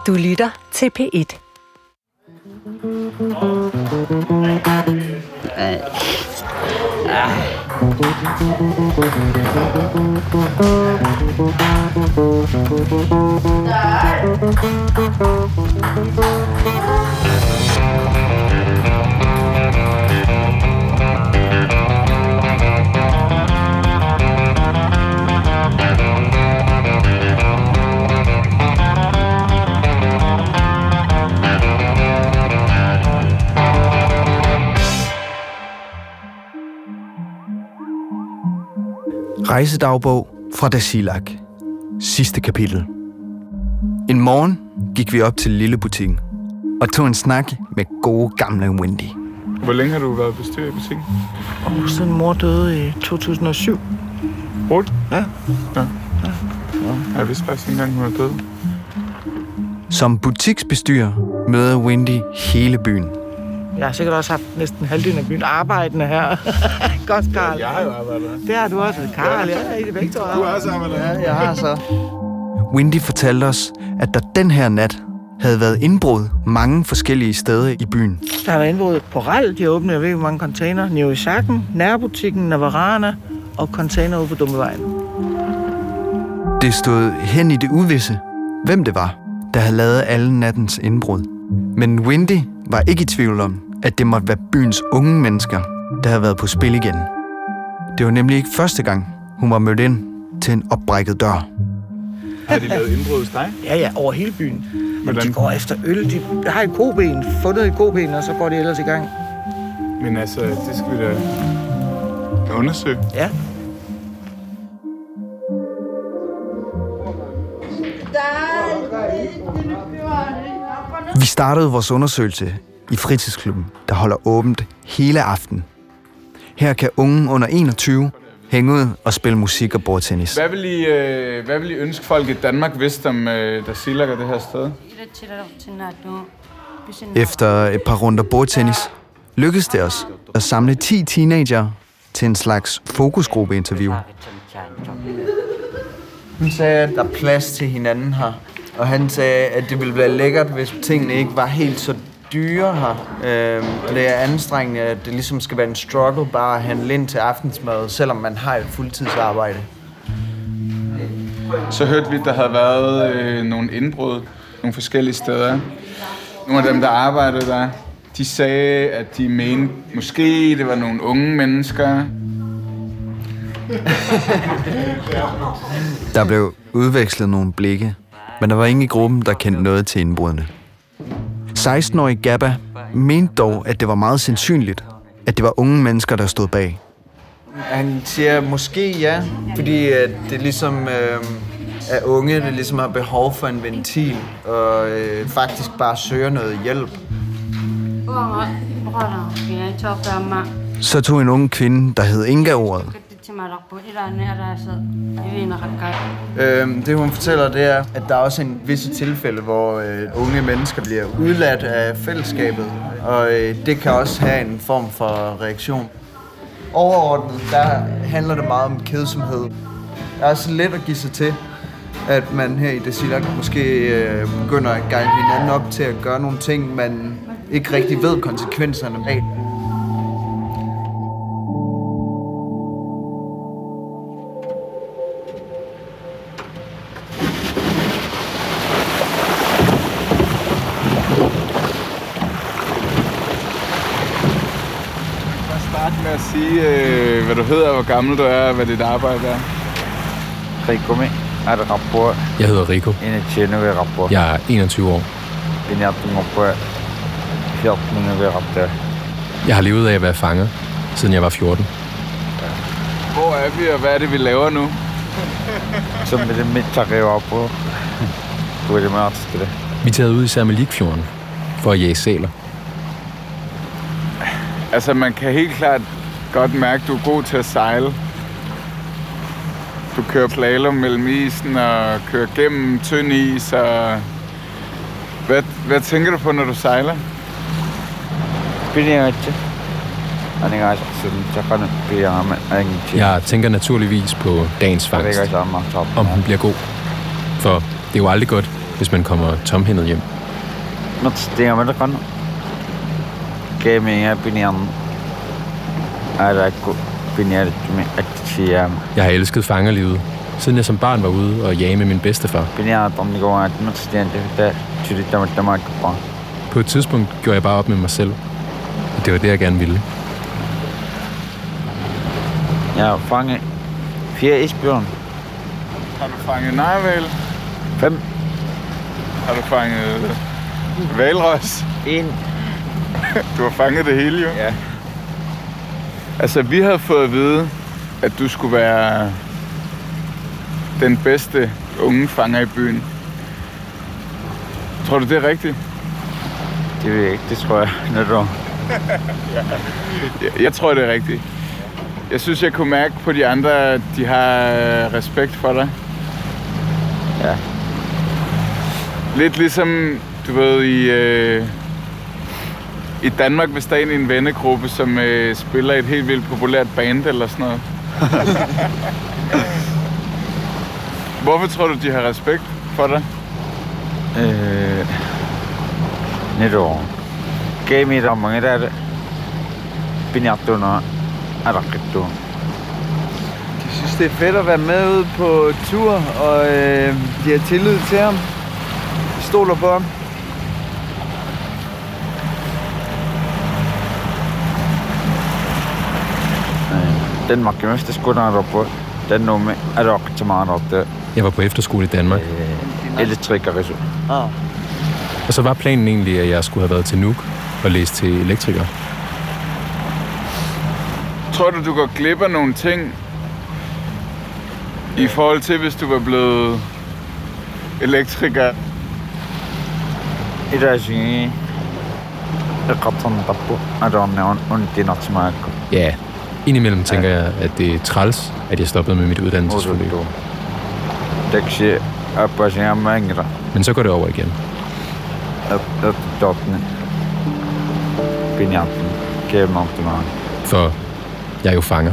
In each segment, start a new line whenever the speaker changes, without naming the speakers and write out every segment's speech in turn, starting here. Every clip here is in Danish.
Du lytter til P1.
Rejsedagbog fra Tasiilaq. Sidste kapitel. En morgen gik vi op til lillebutikken og tog en snak med gode gamle Wendy.
Hvor længe har du været bestyrer i butikken?
Siden mor døde i 2007.
8?
Ja.
Jeg vidste faktisk ikke engang, hun er død.
Som butiksbestyrer møder Wendy hele byen.
Jeg har sikkert også haft næsten halvdelen af byen arbejdende her. Godt, Karl.
Jeg har jo arbejdet her.
Det har du også. Karl, jeg er i det begge to.
Du har også arbejdet her.
Ja, jeg har så.
Wendy fortalte os, at der den her nat havde været indbrud mange forskellige steder i byen.
Der har været indbrud på Rall. De åbnede, jeg ved ikke, hvor mange container. Nioisakken, nærbutikken, Navarana og container ude på Dummevejen.
Det stod hen i det uvisse, hvem det var, der havde lavet alle nattens indbrud. Men Wendy var ikke i tvivl om, at det måtte være byens unge mennesker, der havde været på spil igen. Det var nemlig ikke første gang, hun var mødt ind til en opbrækket dør.
Har de lavet indbrud hos dig?
Ja, over hele byen. Men
Hvordan?
de går efter øl. De har et koben, fundet et koben, og så går de ellers i gang.
Men altså, det skal vi da undersøge.
Ja.
Vi startede vores undersøgelse i fritidsklubben, der holder åbent hele aften. Her kan unge under 21 hænge ud og spille musik og bordtennis.
Hvad vil I ønske folk i Danmark vidste om Tasiilaq og det her sted?
Efter et par runder bordtennis lykkedes det os at samle 10 teenager til en slags fokusgruppeinterview.
Hun sagde, at der er plads til hinanden her. Og han sagde, at det ville være lækkert, hvis tingene ikke var helt så dyre her. Det er anstrengende, at det ligesom skal være en struggle bare at handle ind til aftensmad, selvom man har et fuldtidsarbejde.
Så hørte vi, at der havde været nogle indbrud nogle forskellige steder. Nogle af dem, der arbejdede der, de sagde, at de mente, måske det var nogle unge mennesker.
Der blev udvekslet nogle blikke, men der var ingen i gruppen, der kendte noget til indbrudene. 16-årige Gabba mente dog, at det var meget sandsynligt, at det var unge mennesker, der stod bag.
Han siger måske ja, fordi at det ligesom er unge, der ligesom har behov for en ventil, og faktisk bare søger noget hjælp.
Så tog en ung kvinde, der hed Inga, ordet.
Det hun fortæller, det er, at der er også en visse tilfælde, hvor unge mennesker bliver udladt af fællesskabet, og det kan også have en form for reaktion. Overordnet, der handler det meget om kedsomhed. Det er også let at give sig til, at man her i Tasiilaq måske begynder at guide hinanden op til at gøre nogle ting, man ikke rigtig ved konsekvenserne af.
Med at sige, hvad du hedder, hvor gammel du er, og hvad dit arbejde er.
Jeg hedder Rico. Jeg er 21 år. Jeg har levet af at være fanger, siden jeg var 14.
Hvor er vi, og hvad er det, vi laver nu?
Vi er taget ud i Sermelikfjorden for at jage sæler.
Altså, man kan helt klart godt mærke, at du er god til at sejle. Du kører slalom mellem isen og kører gennem tynd is. Og hvad tænker du på, når du sejler?
Jeg tænker naturligvis på dagens fangst, om den bliver god. For det er jo aldrig godt, hvis man kommer tomhændet hjem. Jeg har elsket fangerlivet, siden jeg som barn var ude og jage med min bedstefar. På et tidspunkt gjorde jeg bare op med mig selv, og det var det, jeg gerne ville.
Jeg har fanget 4 isbjørn.
Har du fanget narhval?
5.
Har du fanget hvalros?
1.
Du har fanget det hele, jo.
Ja.
Altså, vi havde fået at vide, at du skulle være den bedste unge fanger i byen. Tror du, det er rigtigt?
Det ved jeg ikke. Det tror jeg, når du...
Jeg tror, det er rigtigt. Jeg synes, jeg kunne mærke på de andre, at de har respekt for dig.
Ja.
Lidt ligesom, du ved, i Danmark, hvis der er en vennegruppe, som spiller et helt vildt populært band eller sådan noget. Hvorfor tror du, de har respekt for dig?
Netop. Gav mig der mange der det. Binattuner. Arakittu.
De synes, det er fedt at være med ude på tur, og de har tillid til ham. De stoler på ham.
Den maksimeste skolen på. Den nummer er der også til meget op.
Jeg var på efterskole i Danmark.
Elektriker.
Og så var planen egentlig, at jeg skulle have været til Nuuk og læst til elektriker.
Tror du går glip af nogle ting i forhold til, hvis du var blevet elektriker?
I dag synes jeg,
Ja, indimellem tænker jeg, at det er træls, at jeg stoppede med mit uddannelsesforløb. Men så går det over igen. For jeg er jo fanger.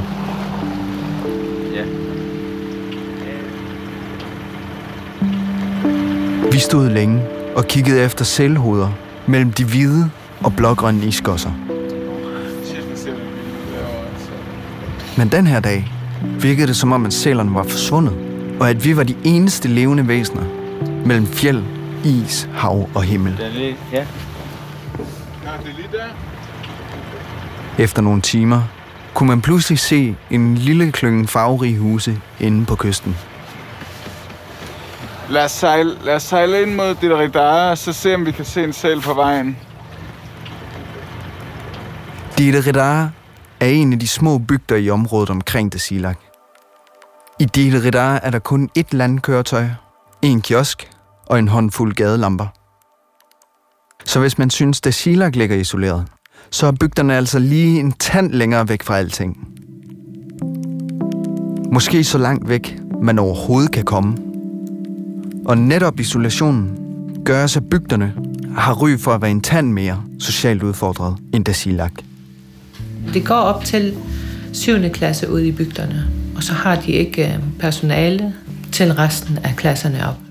Vi stod længe og kiggede efter sælhoveder mellem de hvide og blågrønne iskosser. Men den her dag virkede det som om, at sælerne var forsvundet, og at vi var de eneste levende væsener mellem fjeld, is, hav og himmel.
Det er lige, ja.
Nå, det er lige der.
Efter nogle timer kunne man pludselig se en lille klynge farverige huse inde på kysten.
Lad os sejle ind mod Diderridare, og så se, om vi kan se en sæl på vejen.
Diderridare er en af de små bygder i området omkring Tasiilaq. I Diderridare er der kun ét landkøretøj, en kiosk og en håndfuld gadelamper. Så hvis man synes, Tasiilaq ligger isoleret, så er bygderne altså lige en tand længere væk fra alting. Måske så langt væk, man overhovedet kan komme. Og netop isolationen gør så, at bygderne har ry for at være en tand mere socialt udfordret end Tasiilaq.
Det går op til 7. klasse ude i bygderne, og så har de ikke personale til resten af klasserne op.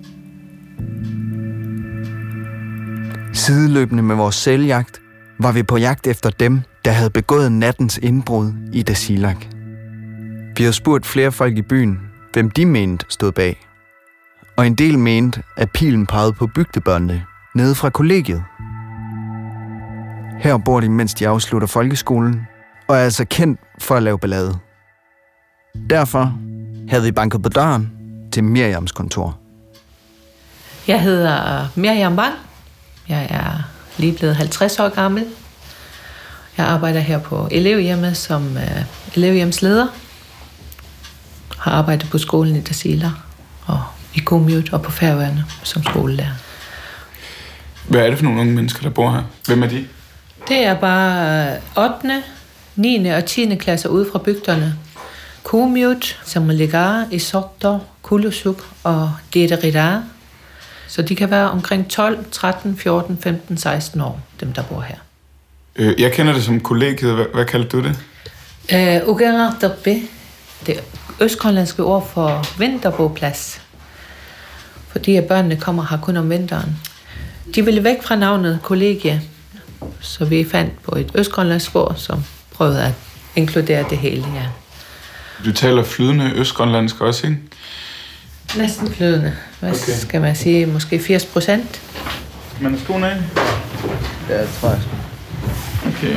Sideløbende med vores sæljagt var vi på jagt efter dem, der havde begået nattens indbrud i Tasiilaq. Vi havde spurgt flere folk i byen, hvem de mente stod bag. Og en del mente, at pilen pegede på bygdebørnene nede fra kollegiet. Her bor de, mens de afslutter folkeskolen, og er altså kendt for at lave ballade. Derfor havde vi banket på døren til Miriams kontor.
Jeg hedder Miriam Wang. Jeg er lige blevet 50 år gammel. Jeg arbejder her på elevhjemmet som elevhjemsleder. Har arbejdet på skolen i Tasiilaq og i Kuummiut og på Færøerne som skolelærer.
Hvad er det for nogle unge mennesker, der bor her? Hvem er de?
Det er bare 8., 9. og 10. klasser ude fra bygderne. Kuummiut, Samaligar, Isortor, Kulusuk og Diderridare. Så de kan være omkring 12, 13, 14, 15, 16 år, dem der bor her.
Jeg kender det som kollegiet. Hvad kalder du det?
Ugerarterbe. Det østgrønlandske ord for vinterboplads. fordi at børnene kommer her kun om vinteren. De ville væk fra navnet kollegie, så vi fandt på et østgrønlandsspor, som prøvede at inkludere det hele, ja.
Du taler flydende østgrønlandsk også, ikke?
Næsten flydende. Hvad skal man sige? Måske 80%.
Skal man have skoene af?
Ja, det tror jeg.
Okay.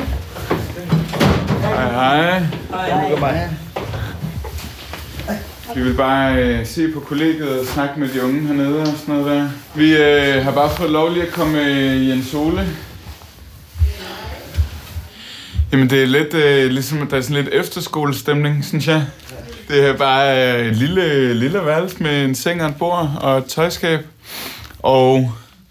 Hej.
Hej.
Vi vil bare se på kollegiet og snakke med de unge hernede og sådan noget der. Vi har bare fået lov lige at komme i en sole. Jamen det er lidt ligesom, at der er sådan lidt efterskolestemning, synes jeg. Det er bare et lille værelse med en seng og et bord og et tøjskab. Og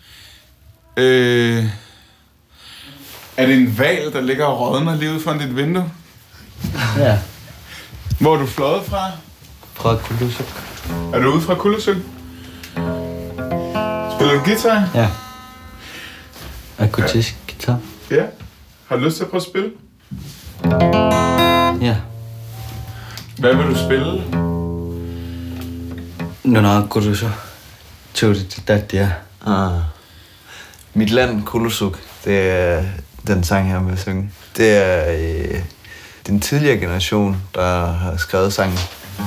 er det en hval, der ligger og rådner lige ude foran dit vindue?
Ja.
Hvor er du fløjet fra?
Fra Kulusuk.
Er du ude fra Kulusuk? Spiller du guitar?
Ja. Akustisk guitar.
Ja. Har du lyst til at prøve at spille?
Ja.
Hvad vil du spille?
Nuna Kulusuk. Tjuritatia. Mit land, Kulusuk, det er den sang, jeg vil synge. Det er den tidligere generation, der har skrevet sangen.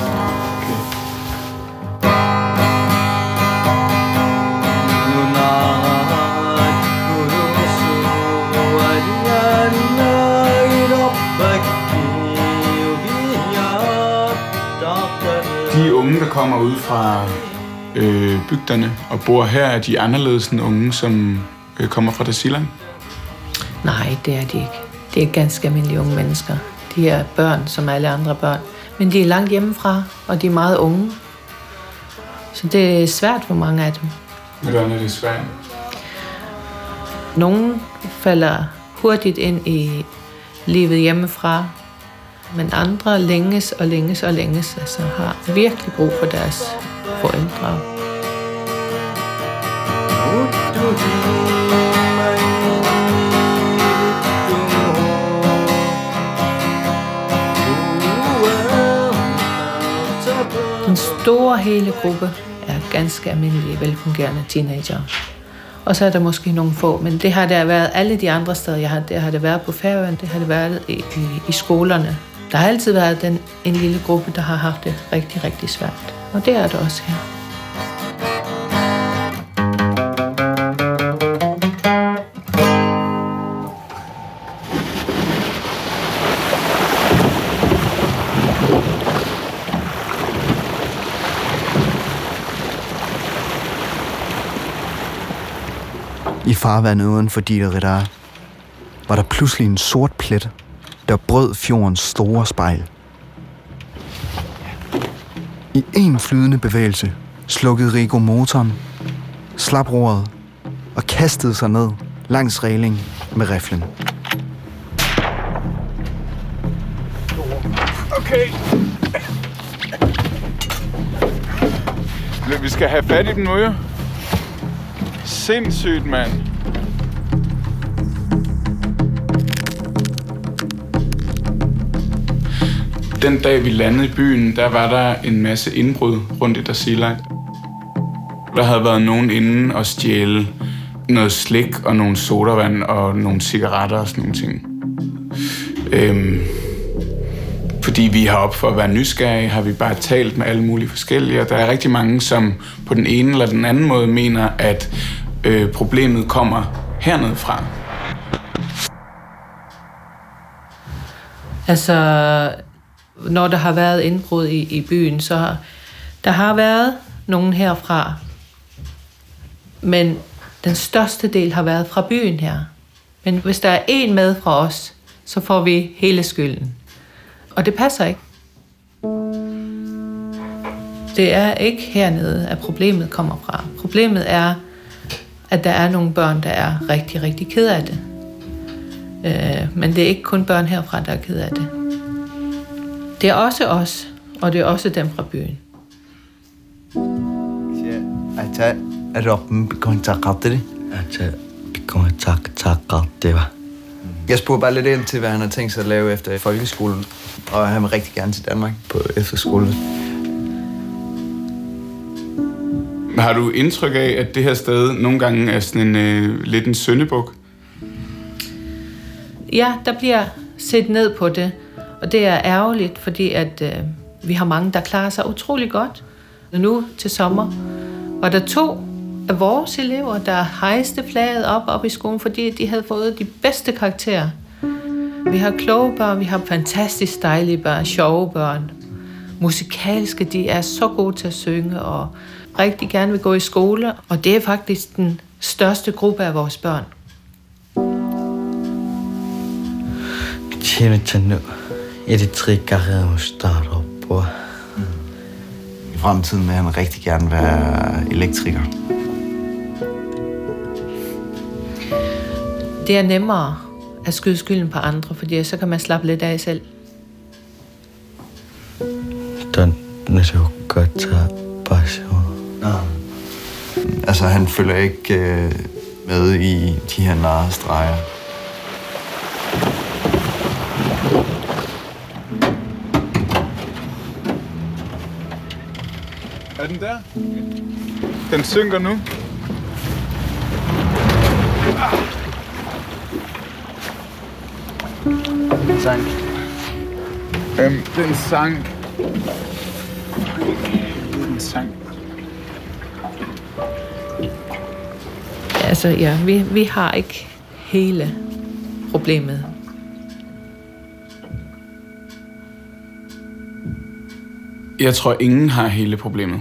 De unge, der kommer ud fra bygderne og bor her, er de anderledes end unge, som kommer fra Tasiilaq?
Nej, det er de ikke. Det er ganske almindelige unge mennesker. De er børn, som alle andre børn. Men de er langt hjemmefra, og de er meget unge. Så det er svært for mange af dem.
Hvordan er det svært?
Nogle falder hurtigt ind i livet hjemmefra, men andre længes, altså har virkelig brug for deres forældre. Den store hele gruppe er ganske almindelige, velfungerende teenager. Og så er der måske nogle få, men det har der været alle de andre steder. Det har det været på Færøerne, det har det været i skolerne. Der har altid været en lille gruppe, der har haft det rigtig, rigtig svært. Og det er det også her.
I farvandet uden for Diderita var der pludselig en sort plet, der brød fjordens store spejl. I en flydende bevægelse slukkede Rico motoren, slap roret og kastede sig ned langs reglingen med riflen.
Okay. Vi skal have fat i dem nu, jo. Sindssygt, mand. Den dag, vi landede i byen, der var der en masse indbrud rundt i Tasiilaq. Der havde været nogen inde og stjæle noget slik og nogle sodavand og nogle cigaretter og sådan nogle ting. Fordi vi har op for at være nysgerrige, har vi bare talt med alle mulige forskellige. Og der er rigtig mange, som på den ene eller den anden måde mener, at problemet kommer hernede fra.
Altså, når der har været indbrud i byen, så der har været nogen herfra. Men den største del har været fra byen her. Men hvis der er en med fra os, så får vi hele skylden. Og det passer ikke. Det er ikke hernede, at problemet kommer fra. Problemet er, at der er nogle børn, der er rigtig, rigtig ked af det. Men det er ikke kun børn herfra, der er ked af det. Det er også os, og det er også dem fra byen.
Jeg spurgte bare lidt ind til, hvad han har tænkt sig at lave efter folkeskolen, og han vil rigtig gerne til Danmark på efterskole.
Har du indtryk af, at det her sted nogle gange er sådan lidt en syndebuk?
Ja, der bliver set ned på det, og det er ærgerligt, fordi at vi har mange, der klarer sig utrolig godt. Nu til sommer var der 2 af vores elever, der hejste flaget op i skolen, fordi de havde fået de bedste karakterer. Vi har kloge børn, vi har fantastisk dejlige børn, sjove børn. Musikalske, de er så gode til at synge og rigtig gerne vil gå i skole, og det er faktisk den største gruppe af vores børn.
I fremtiden vil han rigtig gerne være elektriker.
Det er nemmere at skyde skylden på andre, fordi så kan man slappe lidt af selv.
Altså, han følger ikke med i de her narrestreger.
Er den der? Den synker nu.
Den sang.
Den sang. Den sang.
Altså ja, vi har ikke hele problemet.
Jeg tror, ingen har hele problemet.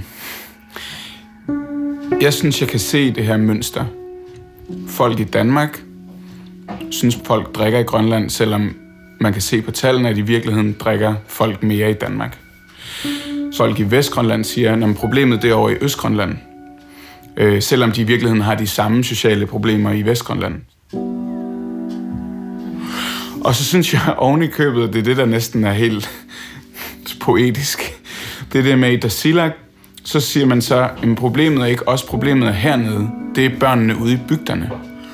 Jeg synes, jeg kan se det her mønster. Folk i Danmark synes, folk drikker i Grønland, selvom man kan se på tallene, at i virkeligheden drikker folk mere i Danmark. Folk i Vestgrønland siger, at problemet det er over i Østgrønland, selvom de i virkeligheden har de samme sociale problemer i Vestgrønland. Og så synes jeg oven i købet, at det er det, der næsten er helt poetisk. Det er det med i Tasiilaq, så siger man så, at problemet er ikke også problemet er hernede. Det er børnene ude i bygderne.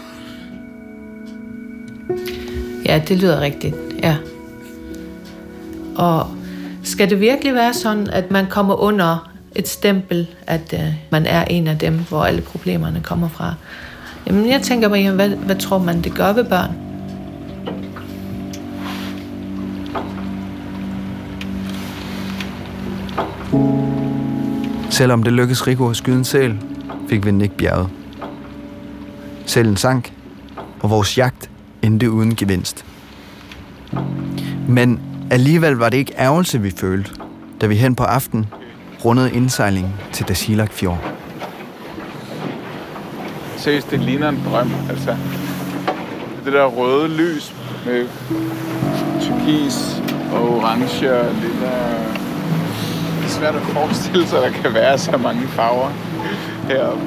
Ja, det lyder rigtigt, ja. Og skal det virkelig være sådan, at man kommer under et stempel, at man er en af dem, hvor alle problemerne kommer fra? Jamen, jeg tænker bare, hvad tror man, det gør ved børn?
Selvom det lykkedes Rico at skyde en sæl, fik vi den ikke bjerget. Sælen sank, og vores jagt endte uden gevinst. Men alligevel var det ikke ærgelse, vi følte, da vi hen på aften rundede indsejlingen til Tasiilaq Fjord.
Seriøst, det ligner en drøm, altså. Det der røde lys med turkis og orange og lilla. Det er svært at forestille sig, at der kan være så mange farver heroppe.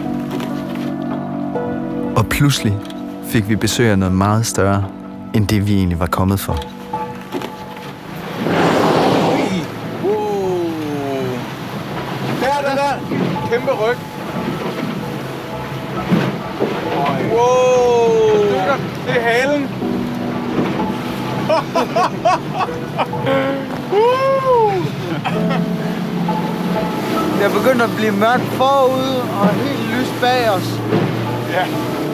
Og pludselig fik vi besøg af noget meget større, end det vi egentlig var kommet for.
Der! Kæmpe ryg. Wow! Det er halen.
Det er begyndt at blive mørkt forud og helt lys bag os.
Ja.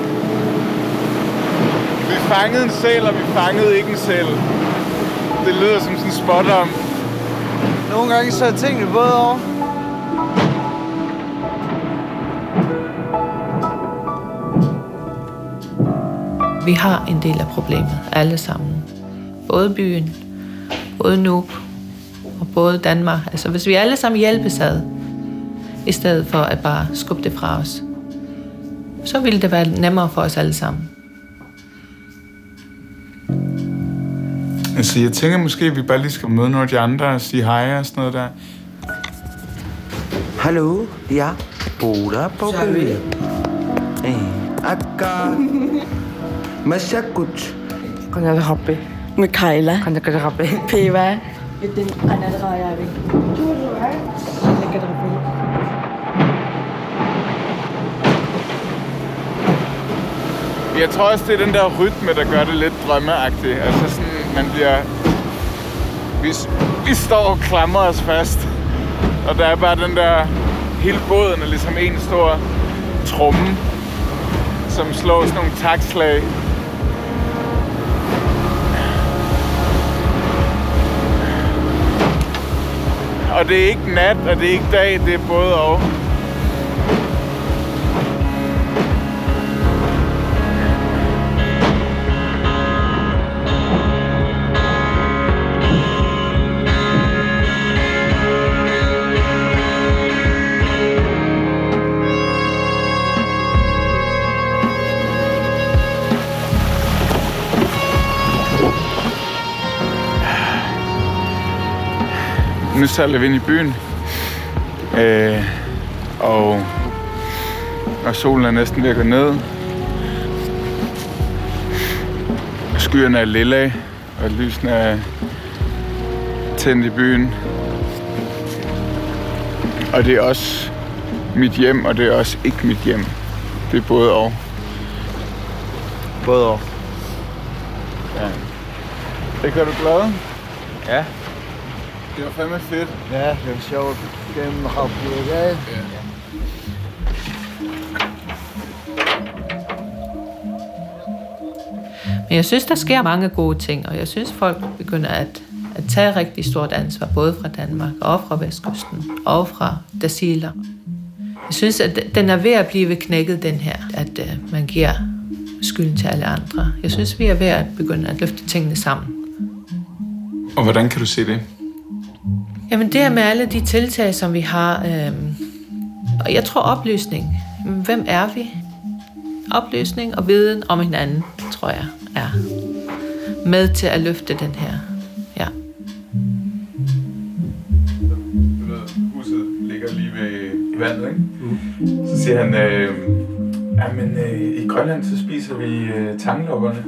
Vi fangede en sæl, og vi fangede ikke en sæl. Det lyder som sådan en spot om.
Nogle gange så er tingene både over.
Vi har en del af problemet, alle sammen. Både byen, både Nuuk og både Danmark. Altså hvis vi alle sammen hjælpes ad, i stedet for at bare skubbe det fra os, så ville det være nemmere for os alle sammen.
Altså jeg tænker måske, at vi bare lige skal møde nogle af de andre og sige hej og sådan noget der.
Hallo, ja. Pura Pokevi. Akka. Masakut.
Kanya Rappe. Mikaela. Kanya Rappe. Peva. Ito Anna Rayavi.
Jeg tror også, det er den der rytme, der gør det lidt drømmeagtigt. Altså sådan, man bliver... Vi står og klamrer os fast. Og der er bare den der hele båden er ligesom en stor tromme, som slår sådan nogle taktslag. Og det er ikke nat, og det er ikke dag, det er både og. Nu sejler vi ind i byen, og solen er næsten ved at gå ned. Skyerne er lilla, og lysene er tændt i byen. Og det er også mit hjem, og det er også ikke mit hjem. Det er både og.
Både og.
Ja. Det gør du glad?
Ja.
Det var fandme fedt.
Ja, det var sjovt. Gennem Havbjerggade. Ja.
Men jeg synes, der sker mange gode ting, og jeg synes, folk begynder at tage rigtig stort ansvar, både fra Danmark og fra Vestkysten og fra Tasiilaq. Jeg synes, at den er ved at blive knækket, den her, at man giver skylden til alle andre. Jeg synes, vi er ved at begynde at løfte tingene sammen.
Og hvordan kan du se det?
Jamen det er med alle de tiltag, som vi har. Og jeg tror oplysning. Hvem er vi? Oplysning og viden om hinanden, tror jeg, er med til at løfte den her. Ja.
Huset ligger lige ved vandet, ikke? Så siger han, men i Grønland så spiser vi tanglokkerne.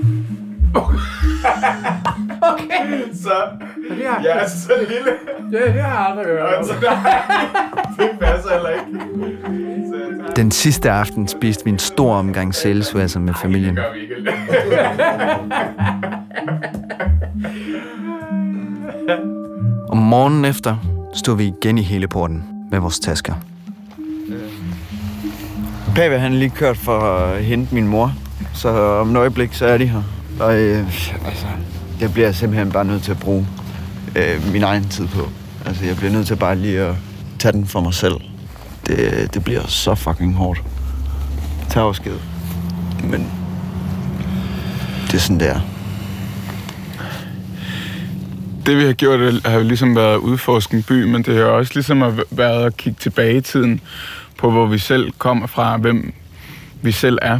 Okay. Så jeg er så lille.
Det har jeg aldrig hørt.
Det passer heller ikke.
Den sidste aften spiste vi en stor omgang sælsværser med familien.
Det gør vi ikke.
Om morgenen efter stod vi igen i Heleporten med vores tasker.
Pave, han er lige kørt for at hente min mor, så om et øjeblik, så er de her. Og jeg bliver simpelthen bare nødt til at bruge min egen tid på. Altså, jeg bliver nødt til bare lige at tage den for mig selv. Det bliver så fucking hårdt. Tag afsked. Men det er sådan, det er.
Det vi har gjort, har jo ligesom været at udforske en by, men det har også ligesom været at kigge tilbage i tiden på, hvor vi selv kommer fra, hvem vi selv er.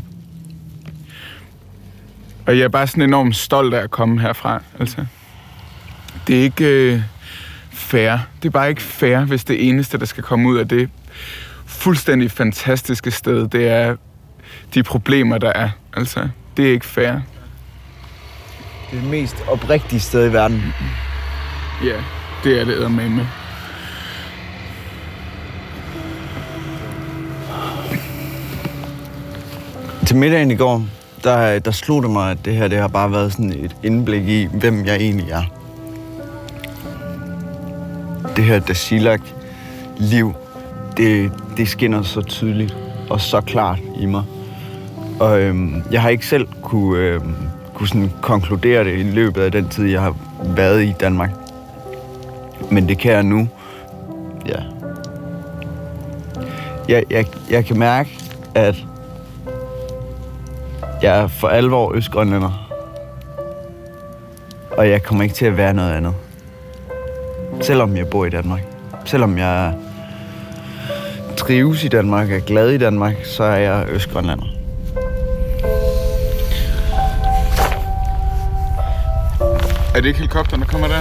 Og jeg er bare sådan enormt stolt af at komme herfra. Altså, det er ikke fair. Det er bare ikke fair, hvis det eneste, der skal komme ud af det fuldstændig fantastiske sted, det er de problemer, der er. Altså, det er ikke fair.
Det er det mest oprigtige sted i verden.
Ja, det er det eddermame.
Til middagen i går, der slog det mig, at det her det har bare været sådan et indblik i, hvem jeg egentlig er. Det her Tasiilaq-liv, det skinner så tydeligt og så klart i mig. Og jeg har ikke selv kunne sådan konkludere det i løbet af den tid, jeg har været i Danmark. Men det kan jeg nu. Ja. Jeg kan mærke, at jeg er for alvor østgrønlænder. Og jeg kommer ikke til at være noget andet. Selvom jeg bor i Danmark. Selvom jeg trives i Danmark, er glad i Danmark, så er jeg østgrønlænder.
Er det ikke helikopteren, der kommer der?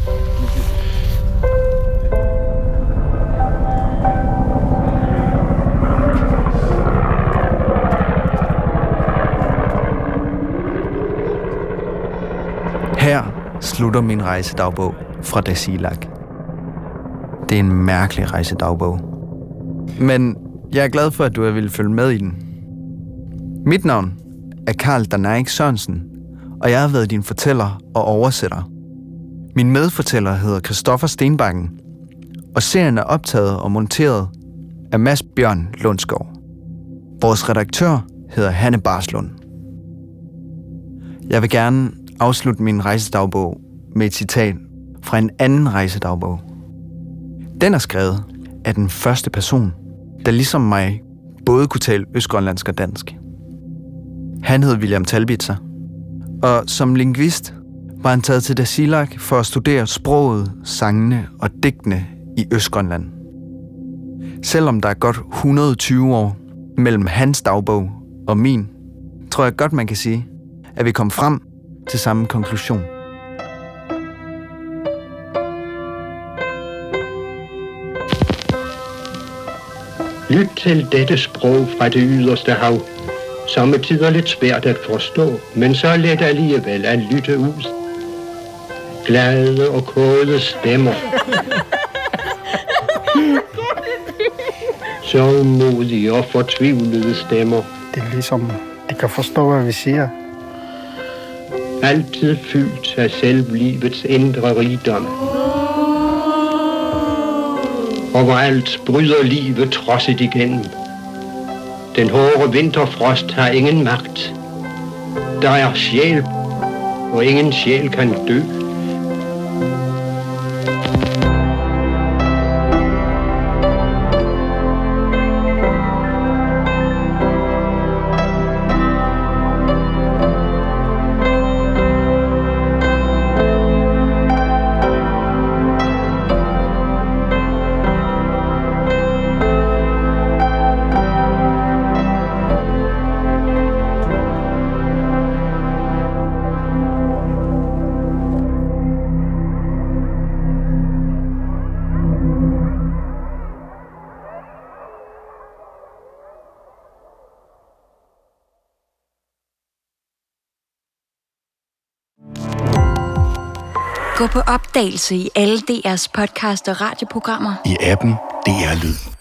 Her slutter min rejsedagbog fra Tasiilaq. Det er en mærkelig rejsedagbog. Men jeg er glad for, at du har ville følge med i den. Mit navn er Carl Danaik Sørensen, og jeg har været din fortæller og oversætter. Min medfortæller hedder Christoffer Stenbakken, og serien er optaget og monteret af Mads Bjørn Lundsgaard. Vores redaktør hedder Hanne Barslund. Jeg vil gerne afslutte min rejsedagbog med et citat fra en anden rejsedagbog. Den er skrevet af den første person, der ligesom mig både kunne tale østgrønlandsk og dansk. Han hed William Talbitzer, og som lingvist var han taget til Tasiilaq for at studere sproget, sangene og digtene i Østgrønland. Selvom der er godt 120 år mellem hans dagbog og min, tror jeg godt, man kan sige, at vi kom frem til samme konklusion.
Lyt til dette sprog fra det yderste hav, som er tider lidt svært at forstå, men så let alligevel at lytte ud. Glade og kåde stemmer. Så modige og fortvivlede stemmer.
Det er ligesom, de kan forstå, hvad vi siger.
Altid fyldt af selvlivets indre rigdom. Overalt bryder livet trodsigt igennem. Den hårde vinterfrost har ingen magt. Der er sjæl, og ingen sjæl kan dø.
Gå på opdagelse i alle DR's podcast og radioprogrammer.
I appen DR Lyd.